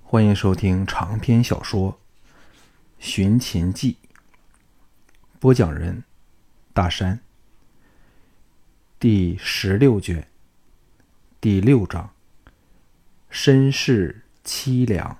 欢迎收听长篇小说《寻秦记》，播讲人大山，第16卷，第6章，身世凄凉。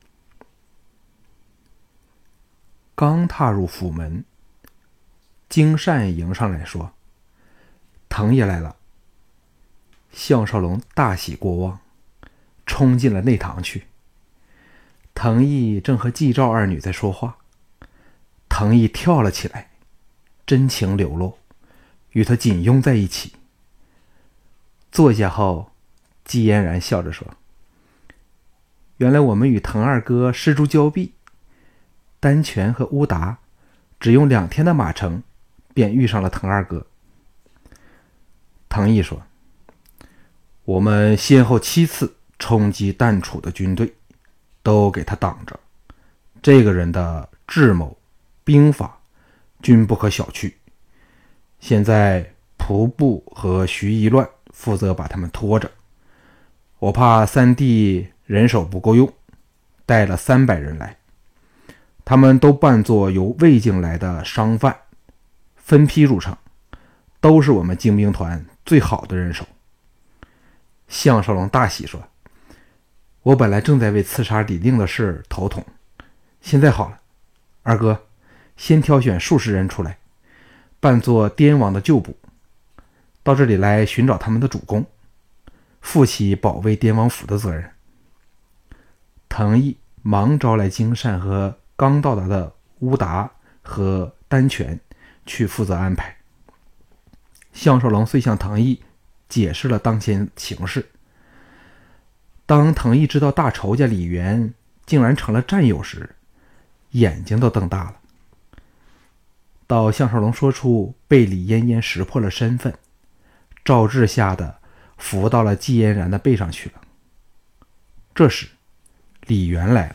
刚踏入府门，金善迎上来说：“藤爷来了。”项少龙大喜过望，冲进了内堂去。藤毅正和季兆二女在说话，藤毅跳了起来，真情流露，与他紧拥在一起。坐下后，季嫣然笑着说：“原来我们与藤二哥失诸交臂，丹泉和乌达只用2天的马程，便遇上了藤二哥。”藤毅说：“我们先后7次冲击淡楚的军队，都给他挡着。这个人的智谋、兵法均不可小觑。现在仆部和徐一乱负责把他们拖着。我怕三弟人手不够用，带了300人来。他们都扮作由魏境来的商贩，分批入城，都是我们精兵团最好的人手。”项少龙大喜说：“我本来正在为刺杀李定的事头痛，现在好了，二哥，先挑选数十人出来，扮作滇王的旧部，到这里来寻找他们的主公，负起保卫滇王府的责任。”藤毅忙招来金善和刚到达的乌达和丹泉去负责安排。项少龙遂向藤毅解释了当前形势。当藤毅知道大仇家李元竟然成了战友时，眼睛都瞪大了。到项少龙说出被李嫣嫣识破了身份，赵志吓得伏到了季嫣然的背上去了。这时李元来了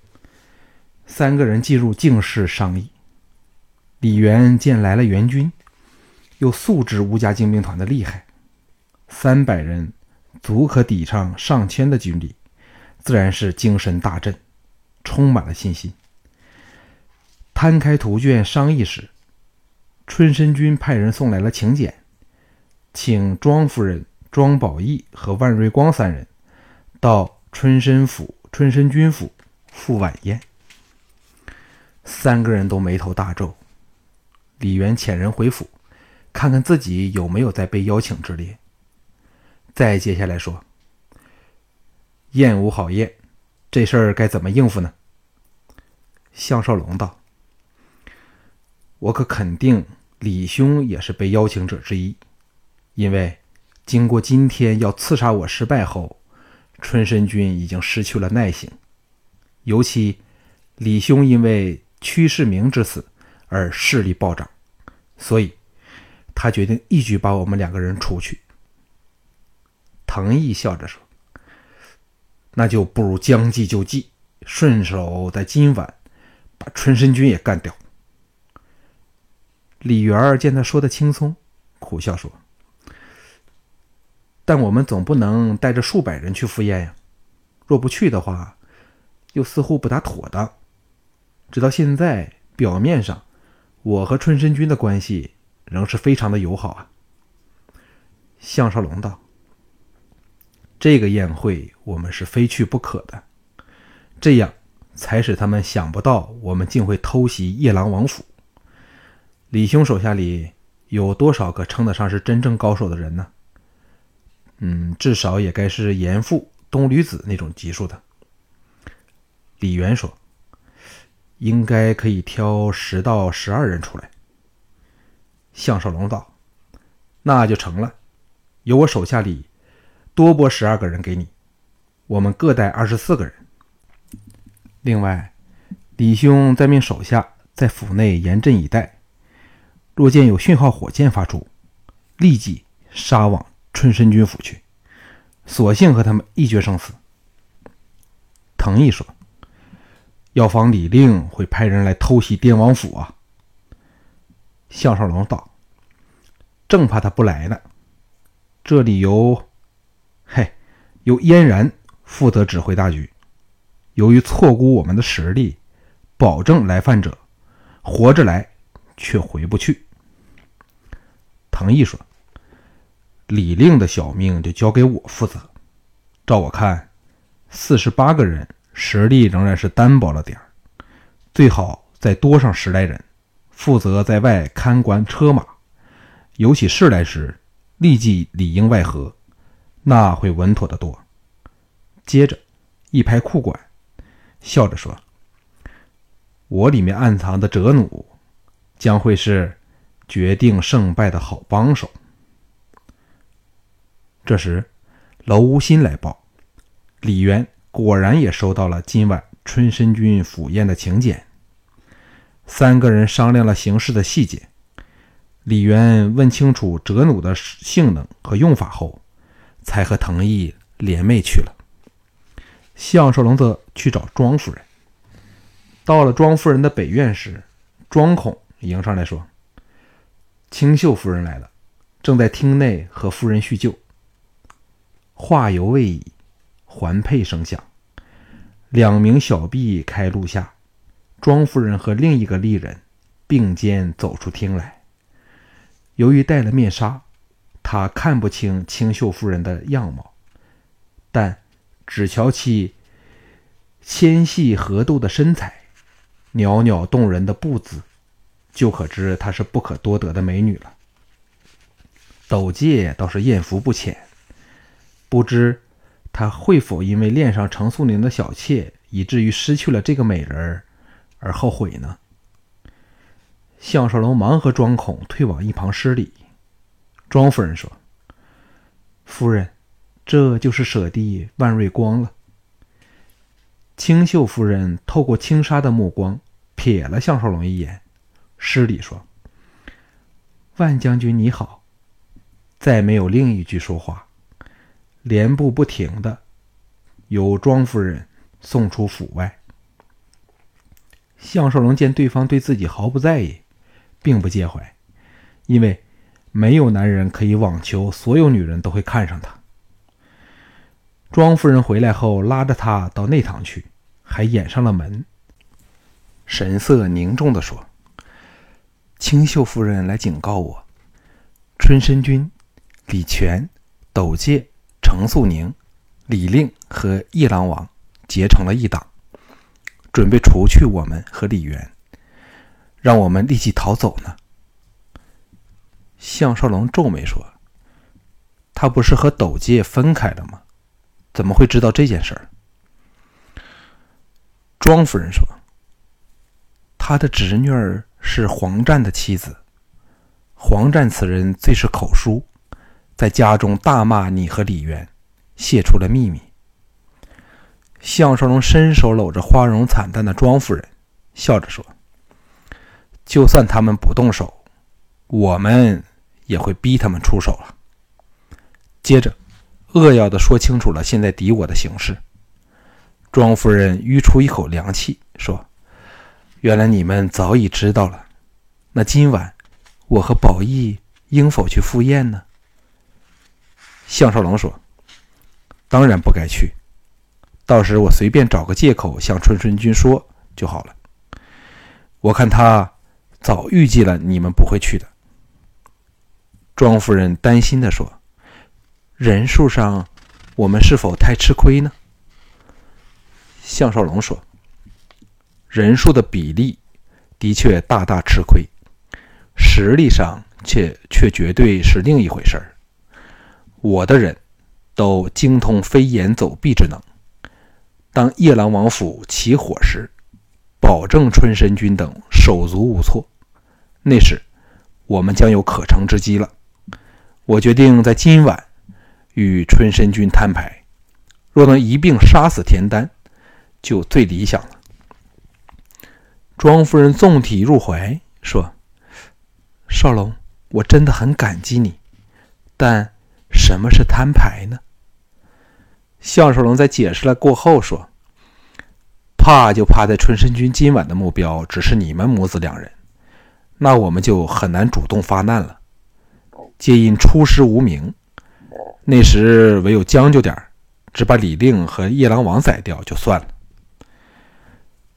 ，3个人进入静室商议。李元见来了援军，又素知吴家精兵团的厉害，300人足可抵上上千的军力，自然是精神大振，充满了信心。摊开图卷商议时，春申君派人送来了请柬，请庄夫人、庄宝义和万瑞光3人到春申君府赴晚宴。3个人都眉头大皱。李元遣人回府，看看自己有没有在被邀请之列。再接下来说：“宴无好宴，这事儿该怎么应付呢？”项少龙道：“我可肯定李兄也是被邀请者之一，因为经过今天要刺杀我失败后，春申君已经失去了耐性，尤其李兄因为屈世明之死而势力暴涨，所以他决定一举把我们2个人除去。”藤毅笑着说：“那就不如将计就计，顺手在今晚把春申君也干掉。”李元见他说的轻松，苦笑说：“但我们总不能带着数百人去赴宴呀，若不去的话，又似乎不大妥当。直到现在，表面上我和春申君的关系仍是非常的友好啊。”项少龙道：“这个宴会我们是非去不可的，这样才使他们想不到我们竟会偷袭夜郎王府。李兄手下里有多少个称得上是真正高手的人呢？至少也该是严复、东吕子那种级数的。”李元说：“应该可以挑10到12人出来。”项少龙道：“那就成了，由我手下里多拨12个人给你，我们各带24个人。另外，李兄再命手下在府内严阵以待，若见有讯号火箭发出，立即杀往春申君府去，索性和他们一决生死。”藤毅说：“要防李令会派人来偷袭滇王府啊。”项少龙道：“正怕他不来呢，这里由嫣然负责指挥大局， 由于错估我们的实力，保证来犯者活着来却回不去。藤义说，李令的小命就交给我负责。照我看，48个人实力仍然是单薄了点，最好再多上10来人，负责在外看管车马，有起事来时立即里应外合，那会稳妥得多。接着一拍裤管，笑着说，我里面暗藏的折弩将会是决定胜败的好帮手。这时娄无心来报，李渊果然也收到了今晚春申君府宴的请柬。3个人商量了行事的细节，李渊问清楚折弩的性能和用法后，才和藤义联袂去了。项少龙则去找庄夫人。到了庄夫人的北院时，庄孔迎上来说，清秀夫人来了，正在厅内和夫人叙旧。话犹未已，环佩声响，2名小婢开路下，庄夫人和另一个丽人并肩走出厅来。由于戴了面纱，她看不清清秀夫人的样貌，但只瞧其纤细合度的身材，袅袅动人的步姿，就可知她是不可多得的美女了。斗介倒是艳福不浅，不知她会否因为恋上程素宁的小妾，以至于失去了这个美人而后悔呢？项少龙忙和庄孔退往一旁施礼。庄夫人说，夫人，这就是舍弟万瑞光了。清秀夫人透过轻纱的目光瞥了项少龙一眼，施礼说，万将军你好。再没有另一句说话，连步不停的由庄夫人送出府外。项少龙见对方对自己毫不在意，并不介怀，因为没有男人可以妄求所有女人都会看上他。庄夫人回来后拉着他到内堂去，还掩上了门，神色凝重地说，清秀夫人来警告我，春申君、李全、斗介、程素宁、李令和夜郎王结成了一党，准备除去我们和李渊，让我们立即逃走呢。项少龙皱眉说，他不是和斗介分开了吗？怎么会知道这件事儿？庄夫人说，他的侄女儿是黄湛的妻子，黄湛此人最是口书，在家中大骂你和李渊，泄出了秘密。项少龙伸手搂着花容惨淡的庄夫人，笑着说，就算他们不动手，我们也会逼他们出手了。接着扼要地说清楚了现在敌我的形势。庄夫人吁出一口凉气，说，原来你们早已知道了，那今晚我和宝义应否去赴宴呢？项少龙说，当然不该去，到时我随便找个借口向春申君说就好了。我看他早预计了你们不会去的。庄夫人担心地说，人数上我们是否太吃亏呢？项少龙说，人数的比例的确大大吃亏，实力上却绝对是另一回事儿。我的人都精通飞檐走壁之能，当夜郎王府起火时，保证春申君等手足无措，那时我们将有可乘之机了。我决定在今晚与春申君摊牌，若能一并杀死田丹，就最理想了。庄夫人纵体入怀，说，少龙，我真的很感激你，但什么是摊牌呢？项少龙在解释了过后说，怕就怕在春申君今晚的目标只是你们母子2人，那我们就很难主动发难了，皆因出师无名，那时唯有将就点，只把李令和夜郎王宰掉就算了。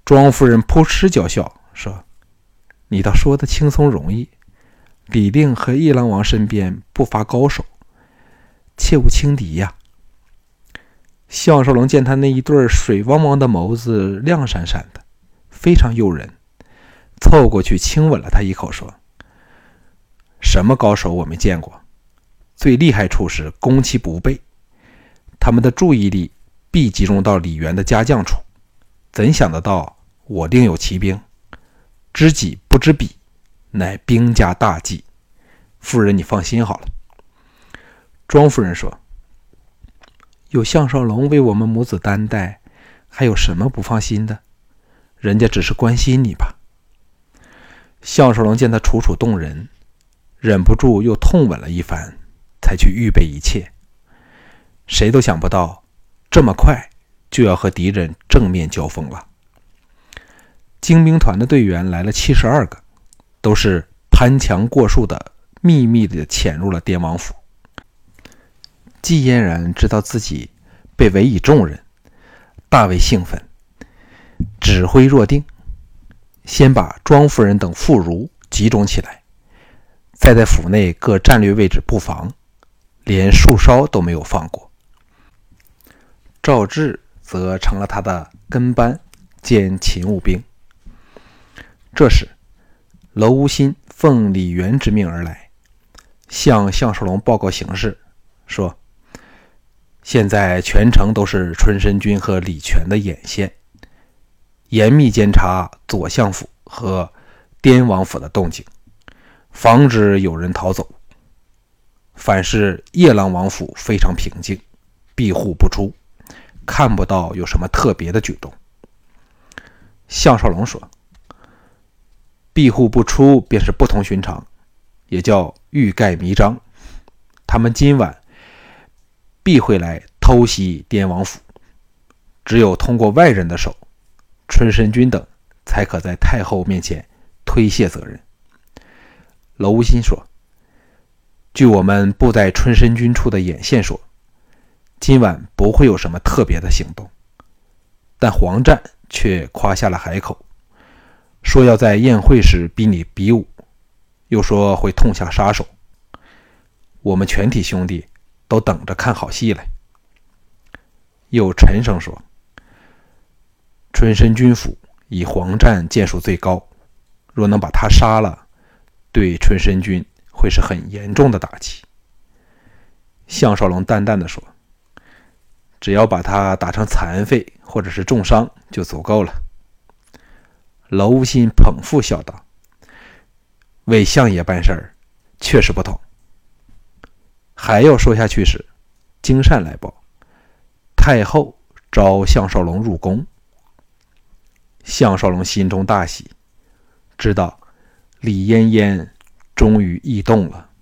庄夫人扑哧叫笑说：“你倒说得轻松容易，李令和夜郎王身边不乏高手，切勿轻敌呀。”项少龙见他那一对水汪汪的眸子亮闪闪的，非常诱人，凑过去亲吻了他一口，说：“什么高手我没见过，最厉害处是攻其不备，他们的注意力必集中到李渊的家将处，怎想得到我另有奇兵，知己不知彼，乃兵家大忌。夫人你放心好了。”庄夫人说：“有项少龙为我们母子担待，还有什么不放心的？人家只是关心你吧。”项少龙见他楚楚动人，忍不住又痛吻了一番，才去预备一切。谁都想不到这么快就要和敌人正面交锋了。精兵团的队员来了72个，都是攀墙过树的，秘密地潜入了滇王府。季嫣然知道自己被委以重任，大为兴奋，指挥若定，先把庄夫人等妇孺集中起来，再在府内各战略位置布防，连树梢都没有放过。赵志则成了他的跟班兼勤务兵。这时娄无心奉李渊之命而来，向项少龙报告形势，说：“现在全城都是春申君和李全的眼线，严密监察左相府和滇王府的动静，防止有人逃走。反是夜郎王府非常平静，闭户不出，看不到有什么特别的举动。”项少龙说：“闭户不出便是不同寻常，也叫欲盖弥彰。他们今晚必会来偷袭滇王府，只有通过外人的手，春申君等才可在太后面前推卸责任。”娄无心说：“据我们布在春申君处的眼线说，今晚不会有什么特别的行动，但黄湛却夸下了海口，说要在宴会时逼你比武，又说会痛下杀手。我们全体兄弟都等着看好戏来。”又沉声说：“春申君府以黄湛剑术最高，若能把他杀了，对春申君会是很严重的打击。”项少龙淡淡的说：“只要把他打成残废或者是重伤就足够了。”娄无心捧腹笑道：“为相爷办事儿确实不同。”还要说下去时，京善来报，太后召项少龙入宫。项少龙心中大喜，知道李嫣嫣终于异动了。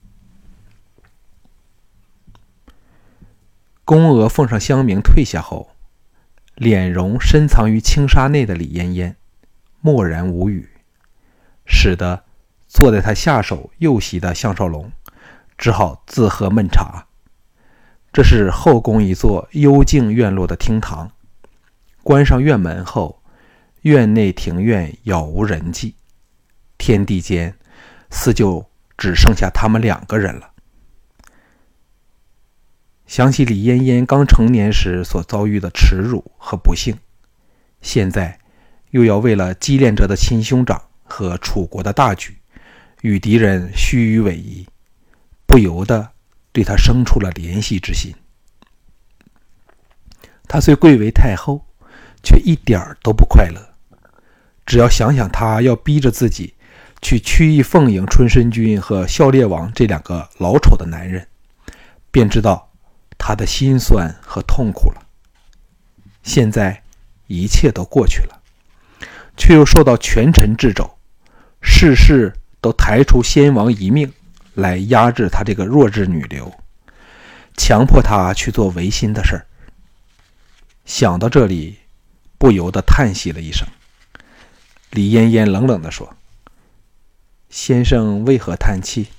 宫娥奉上香茗退下后，脸容深藏于轻纱内的李嫣嫣默然无语，使得坐在他下手右席的项少龙只好自喝闷茶。这是后宫一座幽静院落的厅堂，关上院门后，院内庭院杳无人迹，天地间似就只剩下他们2个人了。想起李嫣嫣刚成年时所遭遇的耻辱和不幸，现在又要为了激恋者的亲兄长和楚国的大局，与敌人虚与委蛇，不由得对他生出了怜惜之心。他虽贵为太后，却一点都不快乐。只要想想他要逼着自己去曲意奉迎春申君和孝烈王这2个老丑的男人，便知道他的心酸和痛苦了。现在一切都过去了，却又受到权臣掣肘，事事都抬出先王一命来压制他这个弱智女流，强迫他去做违心的事儿。想到这里，不由得叹息了一声。李嫣嫣冷冷地说：“先生为何叹气？”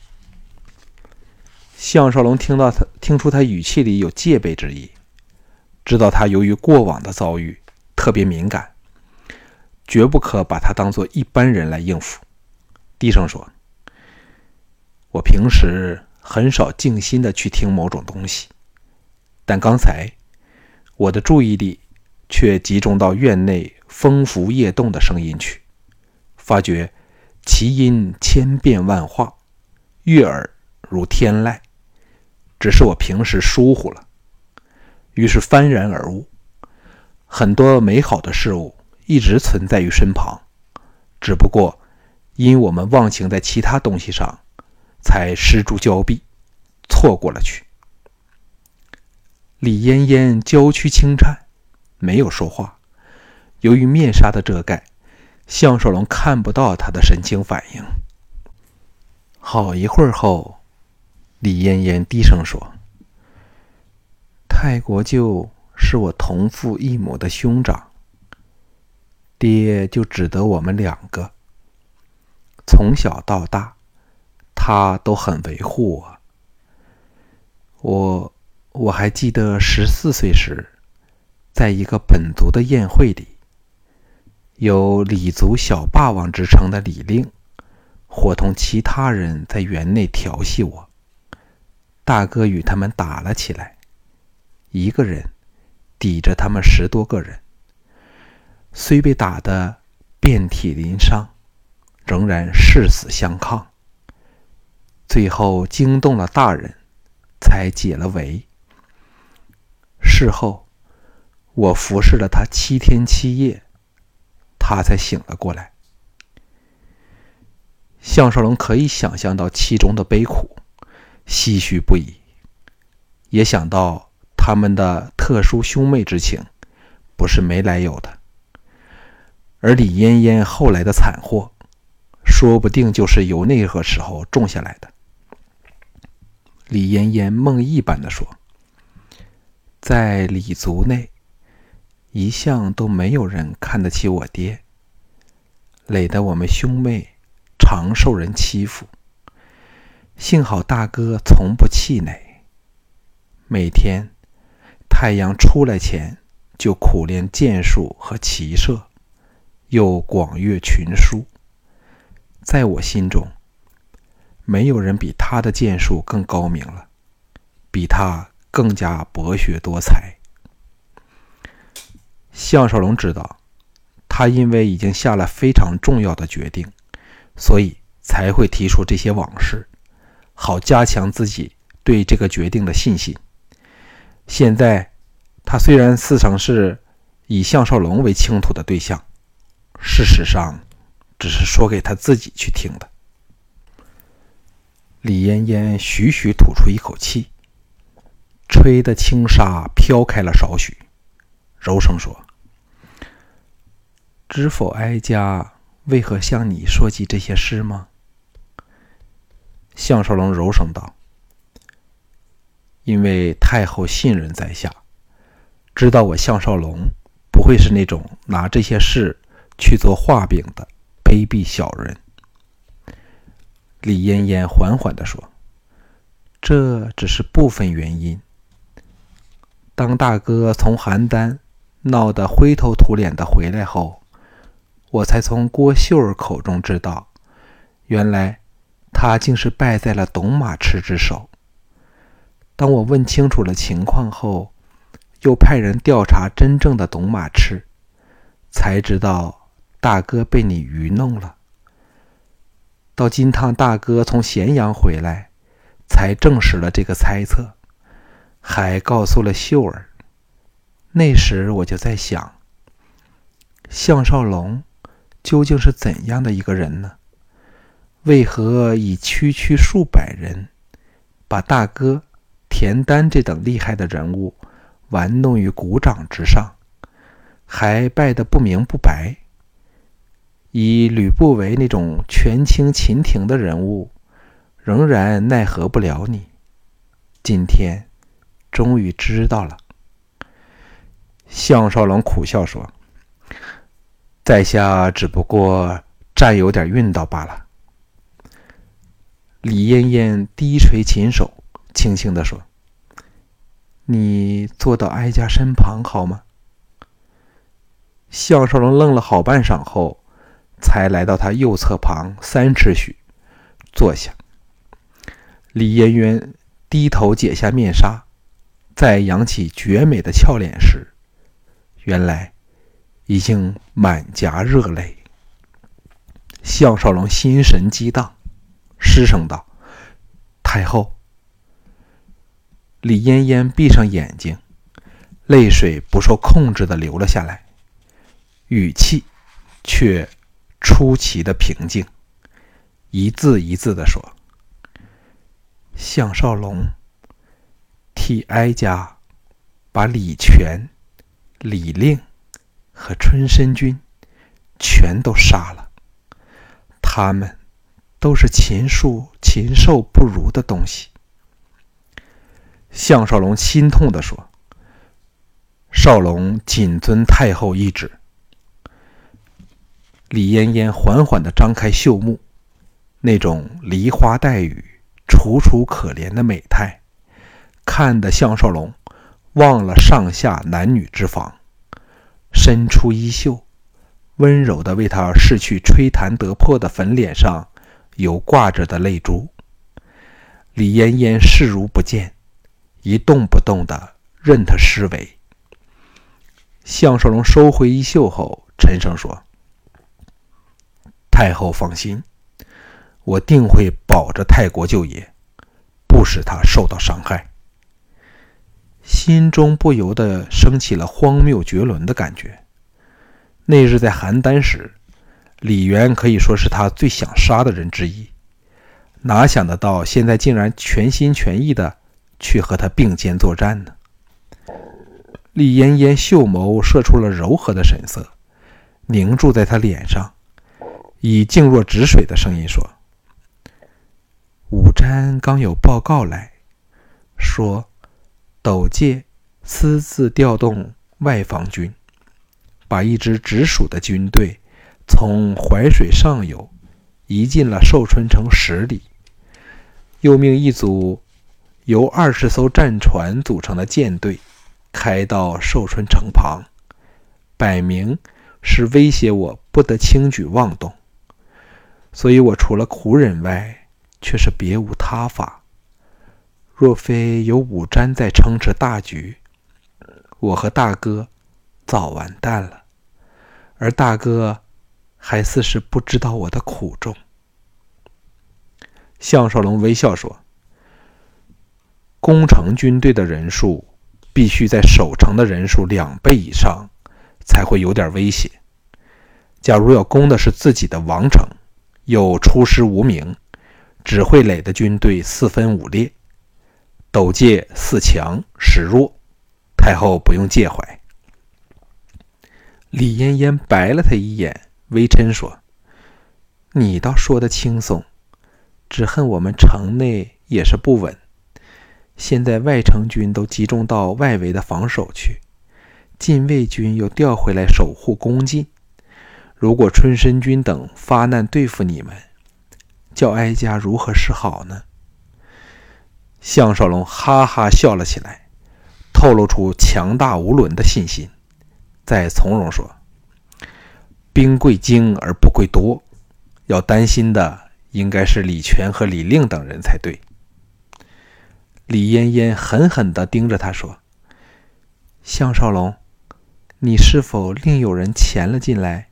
项少龙听出他语气里有戒备之意，知道他由于过往的遭遇特别敏感， 绝不可把他当作一般人来应付。低声说：我平时很少静心的去听某种东西，但刚才我的注意力却集中到院内风拂叶动的声音去，发觉其音千变万化，悦耳如天籁，只是我平时疏忽了，于是幡然而悟，很多美好的事物一直存在于身旁，只不过因我们忘情在其他东西上，才失诸交臂，错过了去。李嫣嫣娇躯轻颤，没有说话。由于面纱的遮盖，项少龙看不到她的神情反应。好一会儿后，李嫣嫣低声说：太国舅是我同父异母的兄长，爹就只得我们两个，从小到大他都很维护我。我还记得14岁时，在一个本族的宴会里，有李族小霸王之称的李令伙同其他人在园内调戏我，大哥与他们打了起来，一个人抵着他们10多个人，虽被打得遍体鳞伤，仍然誓死相抗，最后惊动了大人，才解了围。事后我服侍了他7天7夜，他才醒了过来。项少龙可以想象到其中的悲苦，唏嘘不已，也想到他们的特殊兄妹之情不是没来由的，而李嫣嫣后来的惨祸，说不定就是由那个时候种下来的。李嫣嫣梦呓般地说：在李族内，一向都没有人看得起我爹，累得我们兄妹常受人欺负。幸好大哥从不气馁，每天太阳出来前就苦练剑术和骑射，又广阅群书。在我心中，没有人比他的剑术更高明了，比他更加博学多才。项少龙知道，他因为已经下了非常重要的决定，所以才会提出这些往事，好加强自己对这个决定的信心。现在他虽然似曾是以项少龙为倾吐的对象，事实上只是说给他自己去听的。李嫣嫣徐徐吐出一口气，吹的轻纱飘开了少许，柔声说：知否哀家为何向你说起这些事吗？项少龙柔声道：因为太后信任在下，知道我项少龙不会是那种拿这些事去做画饼的卑鄙小人。李嫣嫣缓缓地说：这只是部分原因。当大哥从邯郸闹得灰头土脸的回来后，我才从郭秀儿口中知道，原来他竟是败在了董马痴之手。当我问清楚了情况后，又派人调查真正的董马痴，才知道大哥被你愚弄了。到今趟大哥从咸阳回来，才证实了这个猜测，还告诉了秀儿。那时我就在想，项少龙究竟是怎样的一个人呢？为何以区区数百人，把大哥田丹这等厉害的人物玩弄于股掌之上，还败得不明不白？以吕不韦那种权倾秦庭的人物，仍然奈何不了你。今天终于知道了。项少龙苦笑说：在下只不过站有点晕倒罢了。李嫣嫣低垂琴手，轻轻地说：你坐到哀家身旁好吗？ 项少龙愣了好半晌后，才来到他右侧旁3尺许坐下。李嫣渊低头解下面纱，再扬起绝美的俏脸时，原来已经满颊热泪。项少龙心神激荡，失声道：“太后。”李嫣嫣闭上眼睛，泪水不受控制地流了下来，语气却出奇的平静，一字一字地说：“项少龙替哀家把李全、李令和春申君全都杀了，他们都是禽兽不如的东西。”项少龙心痛地说：“少龙谨遵太后懿旨。”李嫣嫣缓缓地张开秀目，那种梨花带雨、楚楚可怜的美态，看得项少龙忘了上下男女之防，伸出衣袖，温柔地为他拭去吹弹得破的粉脸上有挂着的泪珠。李嫣嫣视如不见，一动不动地任他施为。项少龙收回衣袖后，沉声说：“太后放心，我定会保着太国舅爷，不使他受到伤害。”心中不由得升起了荒谬绝伦的感觉。那日在邯郸时，李渊可以说是他最想杀的人之一，哪想得到现在竟然全心全意的去和他并肩作战呢？李嫣嫣秀眸射出了柔和的神色，凝住在他脸上，以静若止水的声音说：“武瞻刚有报告来，说斗界私自调动外防军，把一支直属的军队从淮水上游移进了寿春城10里，又命一组由20艘战船组成的舰队开到寿春城旁，摆明是威胁我不得轻举妄动，所以我除了苦忍外，却是别无他法。若非有武瞻在撑持大局，我和大哥早完蛋了，而大哥还似是不知道我的苦衷。”项少龙微笑说：“攻城军队的人数必须在守城的人数2倍以上，才会有点威胁。假如要攻的是自己的王城，又出师无名，只会累的军队4分5裂，斗界4强10弱，太后不用介怀。”李嫣嫣白了他一眼，微嗔说：“你倒说得轻松，只恨我们城内也是不稳。现在外城军都集中到外围的防守去，禁卫军又调回来守护攻进。如果春申君等发难对付你们，叫哀家如何是好呢？”项少龙哈哈笑了起来，透露出强大无伦的信心，再从容说：“兵贵精而不贵多，要担心的应该是李全和李令等人才对。”李嫣嫣狠狠地盯着他说：“项少龙，你是否另有人潜了进来？”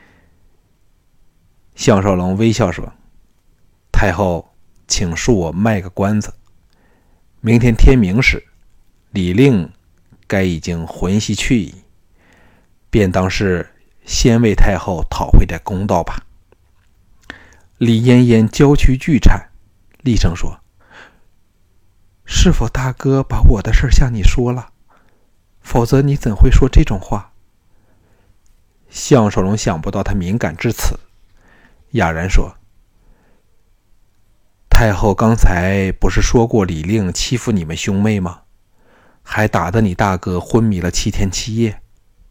项少龙微笑说：“太后，请恕我卖个关子，明天天明时，李令该已经魂兮去矣，便当是先为太后讨回点公道吧。”李嫣嫣娇躯巨颤，厉声说：“是否大哥把我的事向你说了？否则你怎会说这种话？”项少龙想不到他敏感至此，哑然说：“太后刚才不是说过李令欺负你们兄妹吗？还打得你大哥昏迷了7天7夜。”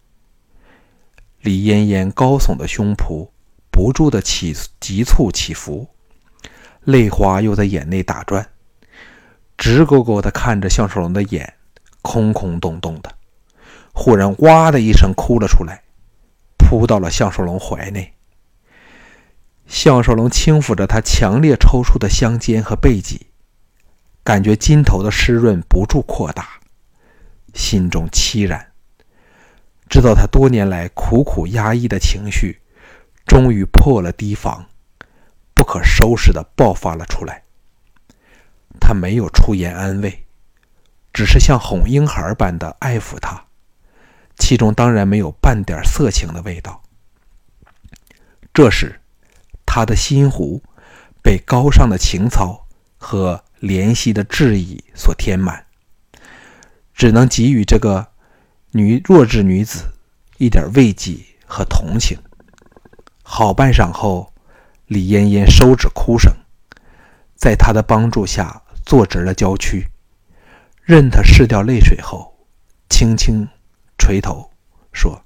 李嫣嫣高耸的胸脯不住的急促起伏，泪花又在眼内打转，直勾勾地看着项少龙的眼，空空洞洞的，忽然哇的一声哭了出来， 扑到了项少龙怀内。项少龙轻抚着他强烈抽搐的香肩和背脊，感觉筋头的湿润不住扩大，心中凄然，知道他多年来苦苦压抑的情绪终于破了堤防，不可收拾地爆发了出来。他没有出言安慰，只是像哄婴孩般的爱抚他，其中当然没有半点色情的味道。这时他的心湖被高尚的情操和怜惜的质疑所填满，只能给予这个弱智女子一点慰藉和同情。好半晌后，李嫣嫣收止哭声，在他的帮助下坐直了娇躯，任他拭掉泪水后，轻轻垂头说：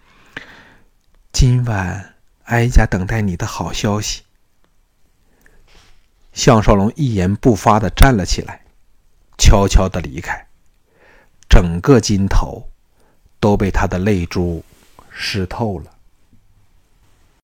今晚哀家等待你的好消息。项少龙一言不发地站了起来，悄悄地离开，整个襟头都被他的泪珠湿透了。